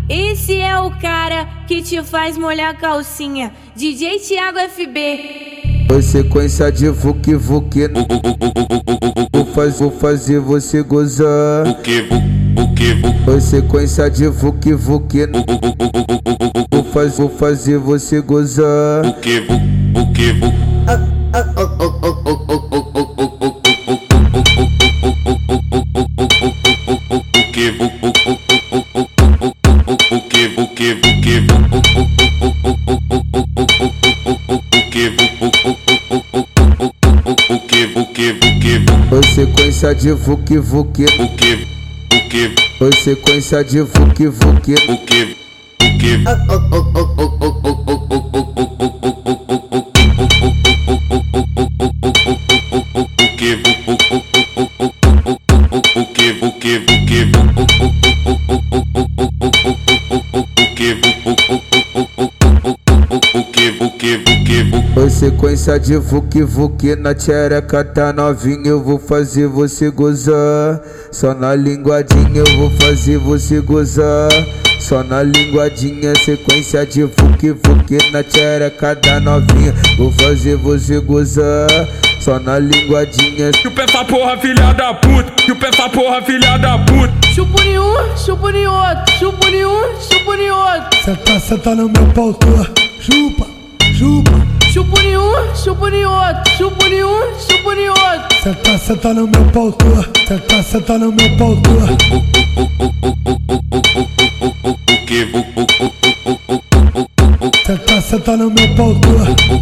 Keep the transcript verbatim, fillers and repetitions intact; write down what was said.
Esse é o cara que te faz molhar a calcinha, D J Thiago F B. Foi sequência de vuki vuki. Vou, faz, vou fazer você gozar. Foi sequência de vuki vuki. Vou, faz, vou fazer você gozar. Foi sequência de vuki vuki. Foi sequência de vuki vuki. Foi sequência de vuki vuki na tchereca tá novinha, eu vou fazer você gozar. Só na linguadinha eu vou fazer você gozar. Só na linguadinha, sequência de vuki vuki na tchereca da novinha, vou fazer você gozar. Só na linguadinha. Chupa essa porra, filha da puta. Chupa essa porra, filha da puta. Chupa em um, chupa em outro. Chupa em um, chupa em outro. Senta, senta no meu pau, chupa, chupa. Chupa em um, chupa em outro. Chupa em um, chupa em outro. Senta, senta no meu pau, senta, senta no meu pau. Senta, senta no meu pau.